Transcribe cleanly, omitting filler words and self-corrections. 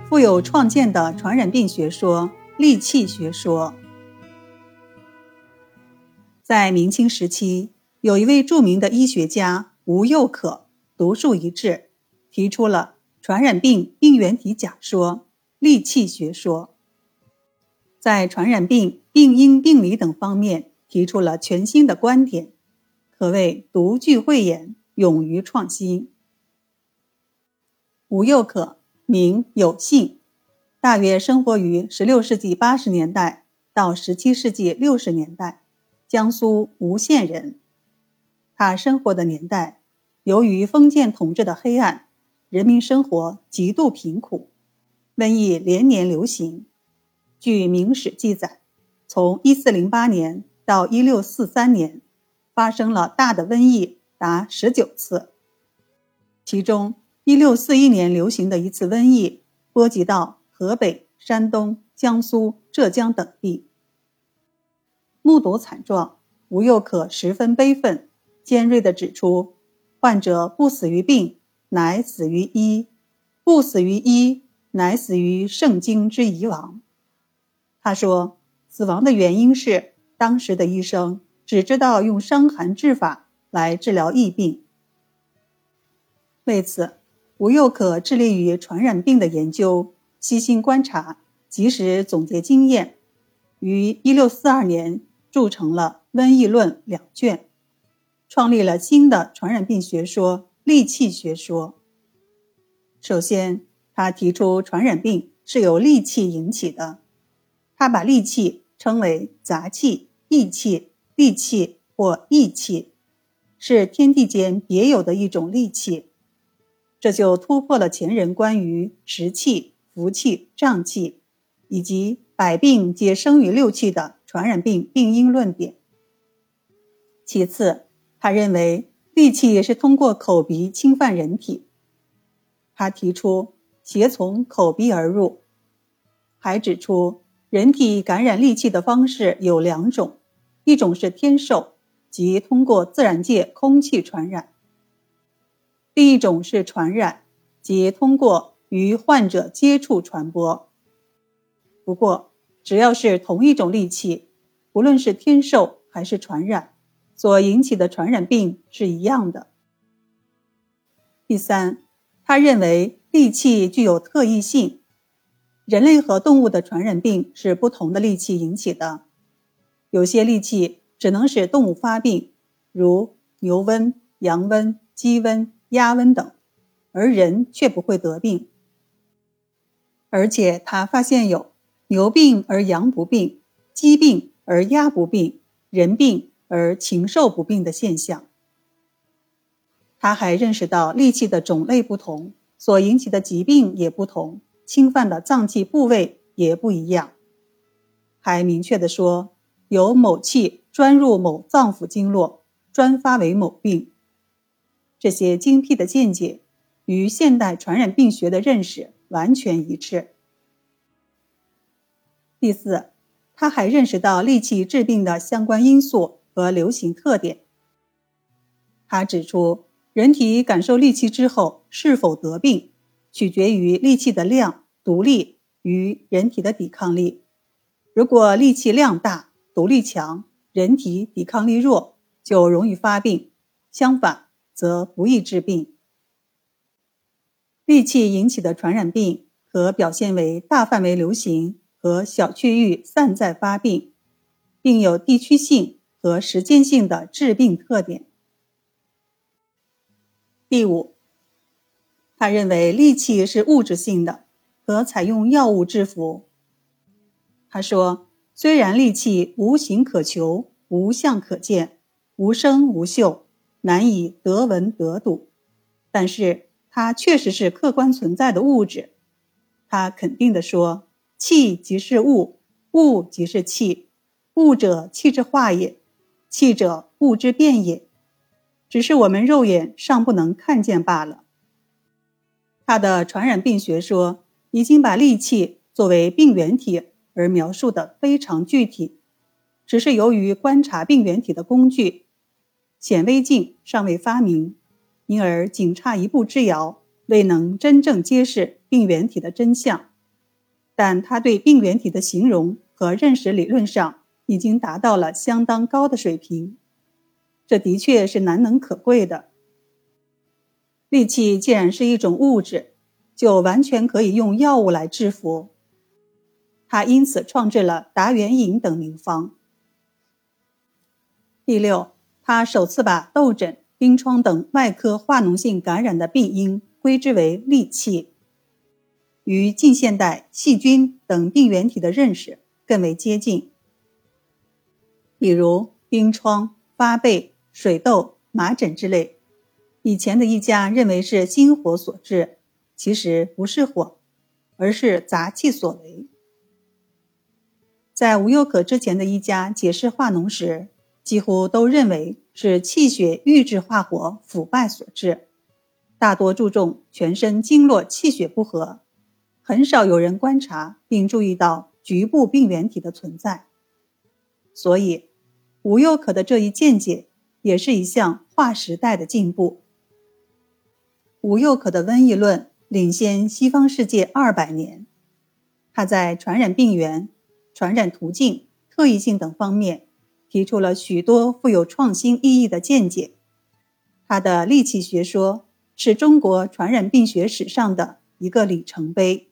富有创建的传染病学说——戾气学说。在明清时期，有一位著名的医学家吴又可独树一帜，提出了传染病病原体假说、戾气学说，在传染病病因病理等方面提出了全新的观点，可谓独具慧眼，勇于创新。吴又可名有信，大约生活于16世纪80年代到17世纪60年代，江苏吴县人。他生活的年代，由于封建统治的黑暗，人民生活极度贫苦，瘟疫连年流行。据明史记载，从1408年到1643年，发生了大的瘟疫达19次，其中1641年流行的一次瘟疫波及到河北、山东、江苏、浙江等地。目睹惨状，吴又可十分悲愤，尖锐地指出，患者不死于病，乃死于医；不死于医，乃死于圣经之遗忘。他说，死亡的原因是当时的医生只知道用伤寒治法来治疗疫病。为此，吴又可致力于传染病的研究，悉心观察，及时总结经验，于1642年著成了《瘟疫论》2卷，创立了新的传染病学说——戾气学说。首先，他提出传染病是由戾气引起的，他把戾气称为杂气、疫气、戾气或疫气，是天地间别有的一种戾气。这就突破了前人关于实气、福气、瘴气以及百病皆生于六气的传染病病因论点。其次，他认为戾气是通过口鼻侵犯人体，他提出邪从口鼻而入，还指出人体感染戾气的方式有2种，一种是天授，即通过自然界空气传染；另一种是传染，即通过与患者接触传播。不过，只要是同一种戾气，不论是天授还是传染，所引起的传染病是一样的。第三，他认为戾气具有特异性，人类和动物的传染病是不同的戾气引起的。有些戾气只能使动物发病，如牛瘟、羊瘟、鸡瘟、鸭瘟等，而人却不会得病。而且他发现有牛病而羊不病，鸡病而鸭不病，人病而禽兽不病的现象。他还认识到戾气的种类不同，所引起的疾病也不同，侵犯的脏器部位也不一样。还明确地说，有某气专入某脏腑经络，专发为某病。这些精辟的见解与现代传染病学的认识完全一致。第四，他还认识到戾气致病的相关因素和流行特点。他指出，人体感受戾气之后是否得病，取决于戾气的量、毒力与人体的抵抗力。如果戾气量大、毒力强，人体抵抗力弱，就容易发病，相反则不易治病。戾气引起的传染病可表现为大范围流行和小区域散在发病，并有地区性和时间性的致病特点。第五，他认为戾气是物质性的，可采用药物制服。他说，虽然戾气无形可求，无相可见，无声无嗅，难以得闻得睹，但是它确实是客观存在的物质。他肯定地说，气即是物，物即是气，物者气之化也，气者物之变也，只是我们肉眼尚不能看见罢了。他的传染病学说已经把戾气作为病原体而描述得非常具体，只是由于观察病原体的工具显微镜尚未发明，因而仅差一步之遥，未能真正揭示病原体的真相， 但他对病原体的形容和认识理论上已经达到了相当高的水平，这的确是难能可贵的。戾气既然是一种物质，就完全可以用药物来制服。他因此创制了达原饮等名方。第六，他首次把痘疹、冰疮等外科化脓性感染的病因归之为戾气，与近现代细菌等病原体的认识更为接近。比如冰疮、发背、水痘、麻疹之类，以前的医家认为是心火所致，其实不是火，而是杂气所为。在吴又可之前的医家解释化脓时，几乎都认为是气血郁滞化火腐败所致，大多注重全身经络气血不和，很少有人观察并注意到局部病原体的存在。所以吴又可的这一见解也是一项划时代的进步。吴又可的瘟疫论领先西方世界200年，他在传染病源、传染途径、特异性等方面提出了许多富有创新意义的见解。他的戾气学说是中国传染病学史上的一个里程碑。